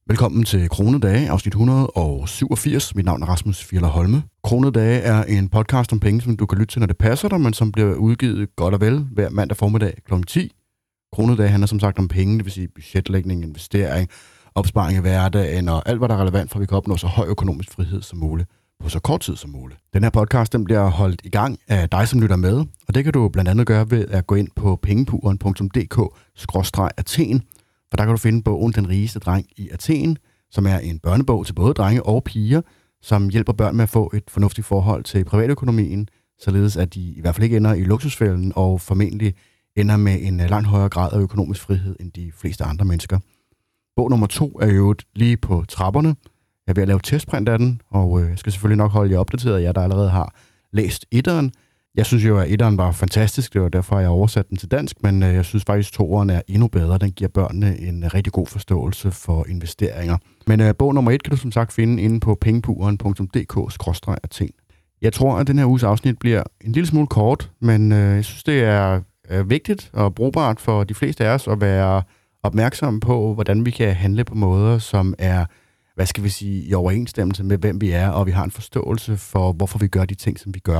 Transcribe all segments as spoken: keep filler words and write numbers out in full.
Velkommen til Kronedage, afsnit et hundrede og syvogfirs. Mit navn er Rasmus Fjeller Holme. Kronedage er en podcast om penge, som du kan lytte til, når det passer dig, men som bliver udgivet godt og vel hver mandag formiddag klokken ti. Kronedage handler som sagt om penge, det vil sige budgetlægning, investering, opsparing i hverdagen og alt, hvad der er relevant for, at vi kan opnå så høj økonomisk frihed som muligt på så kort tid som muligt. Den her podcast den bliver holdt i gang af dig, som lytter med, og det kan du blandt andet gøre ved at gå ind på pengepuren punktum d k skråstreg Athen, for der kan du finde bogen Den rigeste dreng i Athen, som er en børnebog til både drenge og piger, som hjælper børn med at få et fornuftigt forhold til privatøkonomien, således at de i hvert fald ikke ender i luksusfælden og formentlig ender med en langt højere grad af økonomisk frihed end de fleste andre mennesker. Bog nummer to er jo lige på trapperne. Jeg er ved at lave testprint af den, og jeg skal selvfølgelig nok holde jer opdateret, jer der allerede har læst etteren. Jeg synes jo, at etteren var fantastisk, det var derfor, jeg oversatte den til dansk, men jeg synes faktisk, at toeren er endnu bedre. Den giver børnene en rigtig god forståelse for investeringer. Men uh, bog nummer et kan du som sagt finde inde på pengepuren punktum d k skråstreg Athen. Jeg tror, at den her uges afsnit bliver en lille smule kort, men uh, jeg synes, det er uh, vigtigt og brugbart for de fleste af os at være opmærksomme på, hvordan vi kan handle på måder, som er, hvad skal vi sige, i overensstemmelse med, hvem vi er, og vi har en forståelse for, hvorfor vi gør de ting, som vi gør.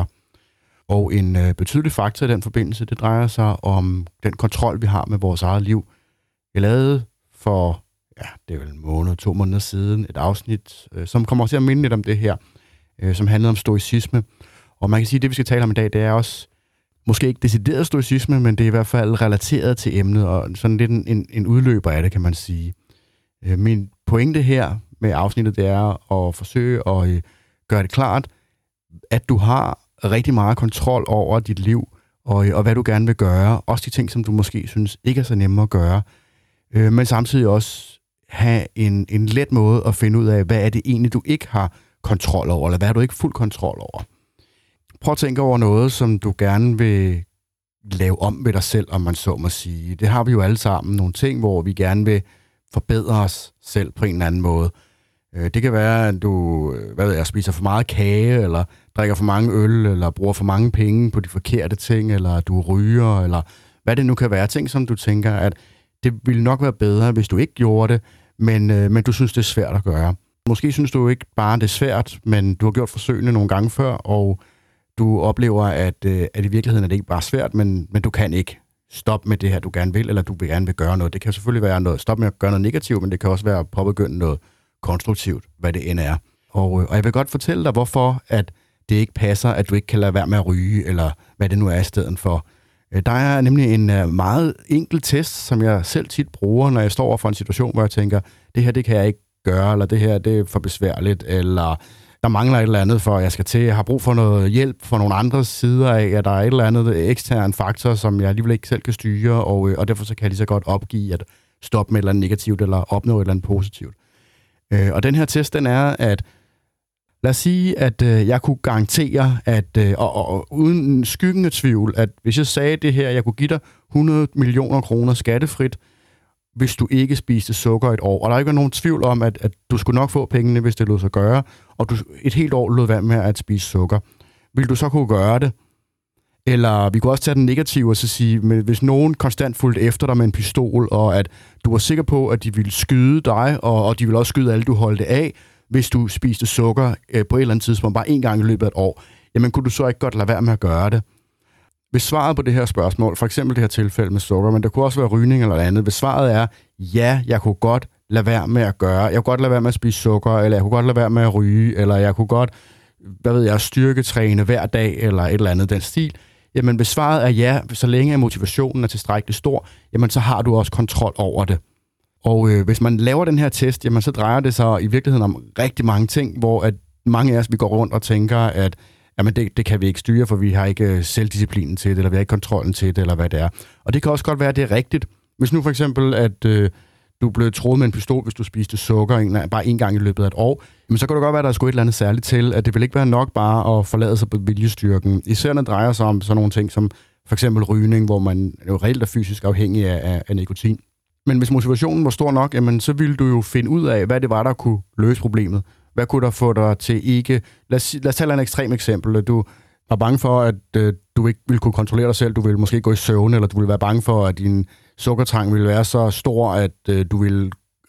Og en øh, betydelig faktor i den forbindelse, det drejer sig om den kontrol, vi har med vores eget liv. Jeg lavede for, ja, det er vel en måned, to måneder siden, et afsnit, øh, som kommer til at minde lidt om det her, øh, som handlede om stoicisme. Og man kan sige, at det, vi skal tale om i dag, det er også, måske ikke decideret stoicisme, men det er i hvert fald relateret til emnet, og sådan lidt en, en, en udløber af det, kan man sige. Øh, min pointe her med afsnittet, det er at forsøge at øh, gøre det klart, at du har rigtig meget kontrol over dit liv, og, og hvad du gerne vil gøre. Også de ting, som du måske synes ikke er så nemme at gøre. Øh, men samtidig også have en, en let måde at finde ud af, hvad er det egentlig, du ikke har kontrol over, eller hvad har du ikke fuld kontrol over. Prøv at tænke over noget, som du gerne vil lave om ved dig selv, om man så må sige. Det har vi jo alle sammen. Nogle ting, hvor vi gerne vil forbedre os selv på en eller anden måde. Det kan være, at du hvad ved jeg, spiser for meget kage, eller drikker for mange øl, eller bruger for mange penge på de forkerte ting, eller du ryger, eller hvad det nu kan være. Ting, som du tænker, at det ville nok være bedre, hvis du ikke gjorde det, men, men du synes, det er svært at gøre. Måske synes du ikke bare, det er svært, men du har gjort forsøgene nogle gange før, og du oplever, at, at i virkeligheden er det ikke bare svært, men, men du kan ikke stoppe med det her, du gerne vil, eller du vil gerne vil gøre noget. Det kan selvfølgelig være noget, stop med at gøre noget negativt, men det kan også være at påbegynde noget konstruktivt, hvad det end er. Og, og jeg vil godt fortælle dig, hvorfor at det ikke passer, at du ikke kan lade være med at ryge, eller hvad det nu er i stedet for. Der er nemlig en meget enkel test, som jeg selv tit bruger, når jeg står over for en situation, hvor jeg tænker, det her, det kan jeg ikke gøre, eller det her, det er for besværligt, eller der mangler et eller andet, for jeg skal til, jeg har brug for noget hjælp fra nogle andre sider af, at der er et eller andet ekstern faktor, som jeg alligevel ikke selv kan styre, og, og derfor så kan jeg lige så godt opgive at stoppe med et eller andet negativt, eller opnå et eller andet positivt. Og den her test, den er, at lad os sige, at øh, jeg kunne garantere, at øh, og, og, og uden skyggen af tvivl, at hvis jeg sagde det her, jeg kunne give dig hundrede millioner kroner skattefrit, hvis du ikke spiste sukker et år. Og der er ikke nogen tvivl om, at, at du skulle nok få pengene, hvis det lod sig gøre, og du et helt år lod være med at spise sukker. Vil du så kunne gøre det? Eller vi kunne også tage den negative og så sige, hvis nogen konstant fulgte efter dig med en pistol, og at du var sikker på, at de ville skyde dig, og, og de ville også skyde alle, du holdte af, hvis du spiste sukker øh, på et eller andet tidspunkt, bare en gang i løbet af et år, jamen kunne du så ikke godt lade være med at gøre det? Hvis svaret på det her spørgsmål, for eksempel det her tilfælde med sukker, men der kunne også være rygning eller andet, hvis svaret er, ja, jeg kunne godt lade være med at gøre, jeg kunne godt lade være med at spise sukker, eller jeg kunne godt lade være med at ryge, eller jeg kunne godt, hvad ved jeg, styrketræne hver dag, eller et eller andet den stil, jamen hvis svaret er ja, så længe motivationen er tilstrækkeligt stor, jamen så har du også kontrol over det. Og øh, hvis man laver den her test, jamen så drejer det sig i virkeligheden om rigtig mange ting, hvor at mange af os, vi går rundt og tænker, at jamen det, det kan vi ikke styre, for vi har ikke selvdisciplinen til det, eller vi har ikke kontrollen til det, eller hvad det er. Og det kan også godt være, at det er rigtigt. Hvis nu for eksempel, at øh, du blev troet med en pistol, hvis du spiste sukker en, bare en gang i løbet af et år, men så kan det godt være, at der er sgu et eller andet særligt til, at det vil ikke være nok bare at forlade sig på viljestyrken. Især når det drejer sig om sådan nogle ting som for eksempel rygning, hvor man jo reelt er fysisk afhængig af, af, af nikotin. Men hvis motivationen var stor nok, jamen, så ville du jo finde ud af, hvad det var, der kunne løse problemet. Hvad kunne der få dig til ikke... Lad os, lad os tage et ekstremt eksempel. Du var bange for, at øh, du ikke ville kunne kontrollere dig selv. Du ville måske gå i søvn, eller du ville være bange for, at din sukkertrang ville være så stor, at øh, du ville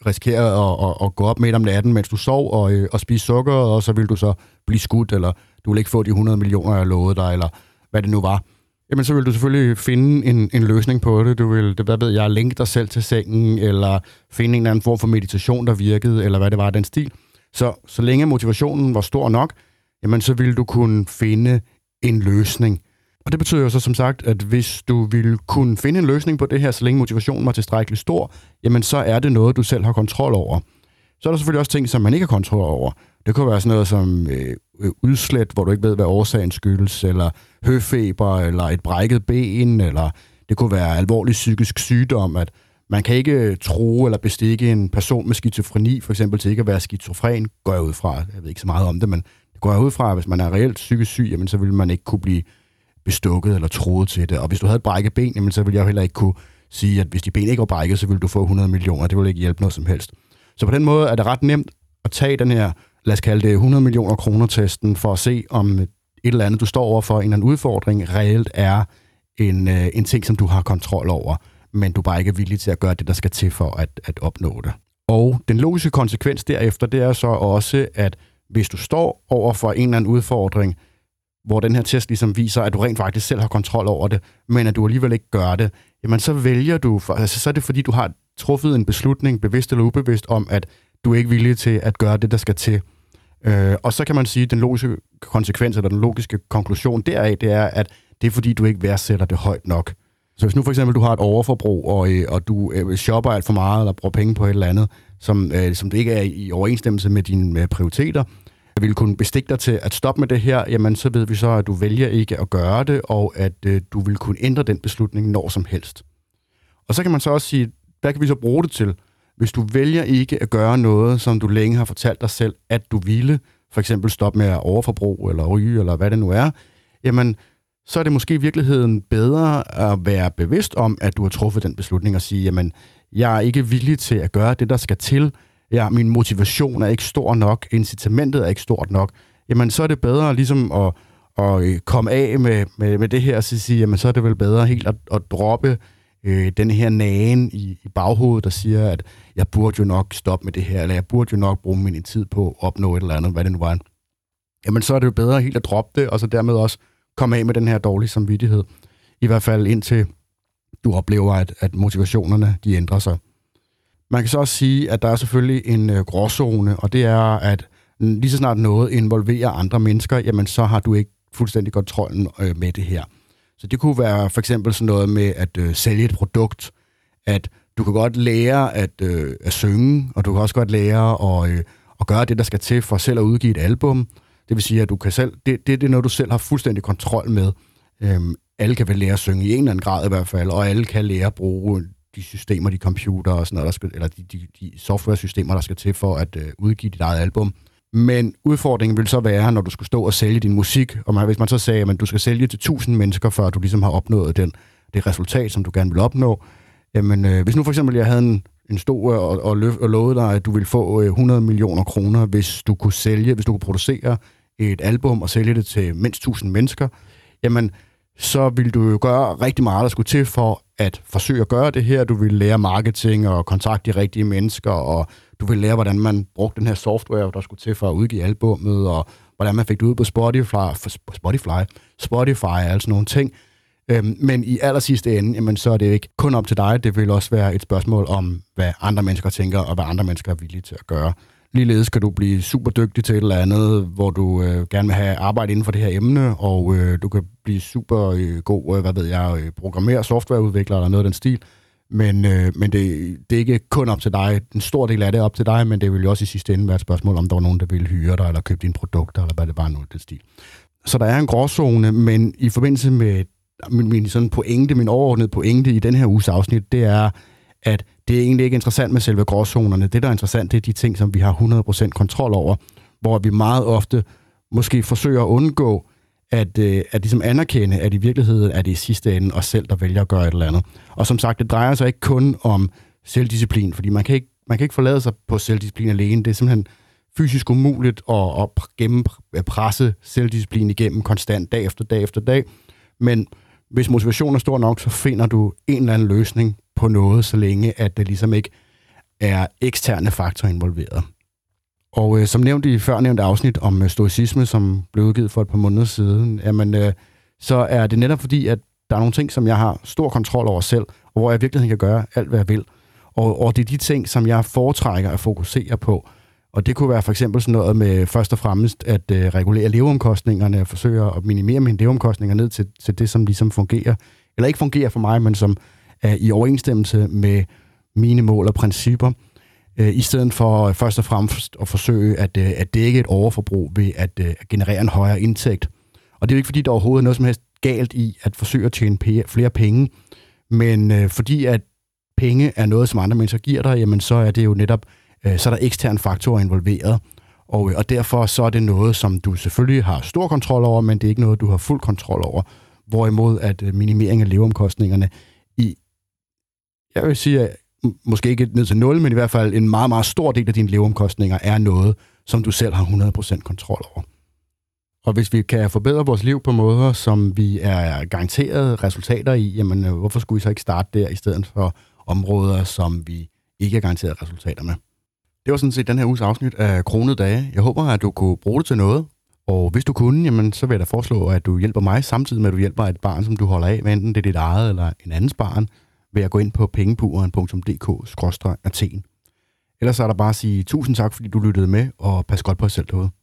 risikere at, at, at gå op midt om natten, mens du sov, og, øh, og spise sukker, og så vil du så blive skudt, eller du vil ikke få de hundrede millioner, jeg lovede dig, eller hvad det nu var. Jamen, så vil du selvfølgelig finde en, en løsning på det. Du vil, det, hvad ved jeg, lænke dig selv til sengen, eller finde en eller anden form for meditation, der virkede, eller hvad det var, den stil. Så, så længe motivationen var stor nok, jamen, så vil du kunne finde en løsning. Og det betyder jo så som sagt, at hvis du vil kunne finde en løsning på det her, så længe motivationen var tilstrækkeligt stor, jamen så er det noget, du selv har kontrol over. Så er der selvfølgelig også ting, som man ikke har kontrol over. Det kunne være sådan noget som øh, udslæt, hvor du ikke ved, hvad årsagen skyldes, eller høfeber, eller et brækket ben, eller det kunne være alvorlig psykisk sygdom, at man kan ikke true eller bestikke en person med skizofreni, for eksempel til ikke at være skizofren, går jeg ud fra. Jeg ved ikke så meget om det, men det går jeg ud fra, at hvis man er reelt psykisk syg, jamen så vil man ikke kunne blive bestukket eller troet til det. Og hvis du havde et brækket ben, jamen, så ville jeg jo heller ikke kunne sige, at hvis de ben ikke var brækket, så ville du få hundrede millioner. Det ville ikke hjælpe noget som helst. Så på den måde er det ret nemt at tage den her, lad os kalde det hundrede millioner kroner testen, for at se, om et eller andet, du står over for, en eller anden udfordring, reelt er en, en ting, som du har kontrol over, men du bare ikke er villig til at gøre det, der skal til for at, at opnå det. Og den logiske konsekvens derefter, det er så også, at hvis du står over for en eller anden udfordring, hvor den her test ligesom viser, at du rent faktisk selv har kontrol over det, men at du alligevel ikke gør det, jamen så vælger du, altså så er det fordi, du har truffet en beslutning, bevidst eller ubevidst, om at du er ikke villig til at gøre det, der skal til. Øh, og så kan man sige, at den logiske konsekvens, eller den logiske konklusion deraf, det er, at det er fordi, du ikke værdsætter det højt nok. Så hvis nu for eksempel du har et overforbrug, og, og du shopper alt for meget, eller bruger penge på et eller andet, som, øh, som det ikke er i overensstemmelse med dine med prioriteter, vil kunne bestikke dig til at stoppe med det her, jamen så ved vi så, at du vælger ikke at gøre det, og at øh, du vil kunne ændre den beslutning når som helst. Og så kan man så også sige, hvad kan vi så bruge det til? Hvis du vælger ikke at gøre noget, som du længe har fortalt dig selv, at du ville, for eksempel stoppe med at overforbrug, eller ryge, eller hvad det nu er, jamen så er det måske i virkeligheden bedre at være bevidst om, at du har truffet den beslutning, og sige, jamen jeg er ikke villig til at gøre det, der skal til. Ja, min motivation er ikke stor nok, incitamentet er ikke stort nok, jamen så er det bedre ligesom at, at komme af med, med, med det her, og så sige, jamen så er det vel bedre helt at, at droppe øh, den her nagen i, i baghovedet, der siger, at jeg burde jo nok stoppe med det her, eller jeg burde jo nok bruge min tid på at opnå et eller andet, hvad det nu var. Jamen så er det jo bedre helt at droppe det, og så dermed også komme af med den her dårlige samvittighed. I hvert fald indtil du oplever, at, at motivationerne de ændrer sig. Man kan så også sige, at der er selvfølgelig en øh, gråzone, og det er, at lige så snart noget involverer andre mennesker, jamen så har du ikke fuldstændig kontrollen øh, med det her. Så det kunne være for eksempel sådan noget med at øh, sælge et produkt, at du kan godt lære at, øh, at synge, og du kan også godt lære at, øh, at gøre det, der skal til for selv at udgive et album. Det vil sige, at du kan selv, det, det, det er noget, du selv har fuldstændig kontrol med. Øhm, alle kan vel lære at synge i en eller anden grad i hvert fald, og alle kan lære at bruge de systemer, de computer og sådan noget, der skal, eller de, de, de software-systemer, der skal til for at øh, udgive dit eget album. Men udfordringen vil så være, når du skulle stå og sælge din musik, og man, hvis man så sagde, at du skal sælge til tusind mennesker, før du ligesom har opnået den, det resultat, som du gerne vil opnå. Jamen, øh, hvis nu for eksempel jeg havde en, en stor og, og, løf, og lovede dig, at du ville få øh, hundrede millioner kroner, hvis du kunne sælge, hvis du kunne producere et album og sælge det til mindst tusind mennesker, jamen, så vil du jo gøre rigtig meget, der skulle til for at forsøge at gøre det her. Du vil lære marketing og kontakte de rigtige mennesker, og du vil lære, hvordan man brugte den her software, der skulle til for at udgive albummet, og hvordan man fik det ud på Spotify, Spotify, Spotify og alle sådan nogle ting. Men i allersidste ende, jamen, så er det ikke kun op til dig. Det vil også være et spørgsmål om, hvad andre mennesker tænker, og hvad andre mennesker er villige til at gøre. Ligeledes kan du blive super dygtig til et eller andet, hvor du øh, gerne vil have arbejde inden for det her emne, og øh, du kan blive super øh, god, øh, hvad ved jeg, øh, programmer, softwareudvikler eller noget af den stil. Men, øh, men det, det er ikke kun op til dig. En stor del af det er op til dig, men det vil jo også i sidste ende være et spørgsmål, om der var nogen, der ville hyre dig, eller købe dine produkter, eller hvad det var, noget af den stil. Så der er en gråzone, men i forbindelse med min, min sådan pointe, min overordnede pointe i den her uges afsnit, det er, at det er egentlig ikke interessant med selve gråzonerne. Det, der er interessant, det er de ting, som vi har hundrede procent kontrol over, hvor vi meget ofte måske forsøger at undgå at, øh, at ligesom anerkende, at i virkeligheden er det i sidste ende os selv, der vælger at gøre et eller andet. Og som sagt, det drejer sig ikke kun om selvdisciplin, fordi man kan ikke, man kan ikke forlade sig på selvdisciplin alene. Det er simpelthen fysisk umuligt at, at gennempresse selvdisciplin igennem konstant dag efter dag efter dag. Men hvis motivationen er stor nok, så finder du en eller anden løsning på noget, så længe at det ligesom ikke er eksterne faktorer involveret. Og øh, som nævnt i førnævnte afsnit om øh, stoicisme, som blev udgivet for et par måneder siden, jamen, øh, så er det netop fordi, at der er nogle ting, som jeg har stor kontrol over selv, og hvor jeg virkelig kan gøre alt, hvad jeg vil. Og, og det er de ting, som jeg foretrækker at fokusere på. Og det kunne være for eksempel sådan noget med først og fremmest at øh, regulere leveomkostningerne, og forsøge at minimere mine leveomkostninger ned til, til det, som ligesom fungerer, eller ikke fungerer for mig, men som er i overensstemmelse med mine mål og principper, øh, i stedet for først og fremmest at forsøge at, øh, at dække et overforbrug ved at øh, generere en højere indtægt. Og det er jo ikke, fordi der overhovedet er noget som helst galt i at forsøge at tjene p- flere penge, men øh, fordi at penge er noget, som andre mennesker giver dig, jamen så er det jo netop, øh, så er der eksterne faktorer involveret, og, og derfor så er det noget, som du selvfølgelig har stor kontrol over, men det er ikke noget, du har fuld kontrol over. Hvorimod at øh, minimering af leveomkostningerne i, jeg vil sige, måske ikke ned til nul, men i hvert fald en meget, meget stor del af dine leveomkostninger er noget, som du selv har hundrede procent kontrol over. Og hvis vi kan forbedre vores liv på måder, som vi er garanteret resultater i, jamen hvorfor skulle vi så ikke starte der, i stedet for områder, som vi ikke er garanteret resultater med? Det var sådan set den her uges afsnit af Kronede Dage. Jeg håber, at du kunne bruge det til noget. Og hvis du kunne, jamen, så vil jeg da foreslå, at du hjælper mig, samtidig med at du hjælper et barn, som du holder af, enten det er dit eget eller en andens barn, ved at gå ind på pengepuren punktum d k skråstreg Athen. Ellers er der bare at sige tusind tak, fordi du lyttede med, og pas godt på jer selv derude.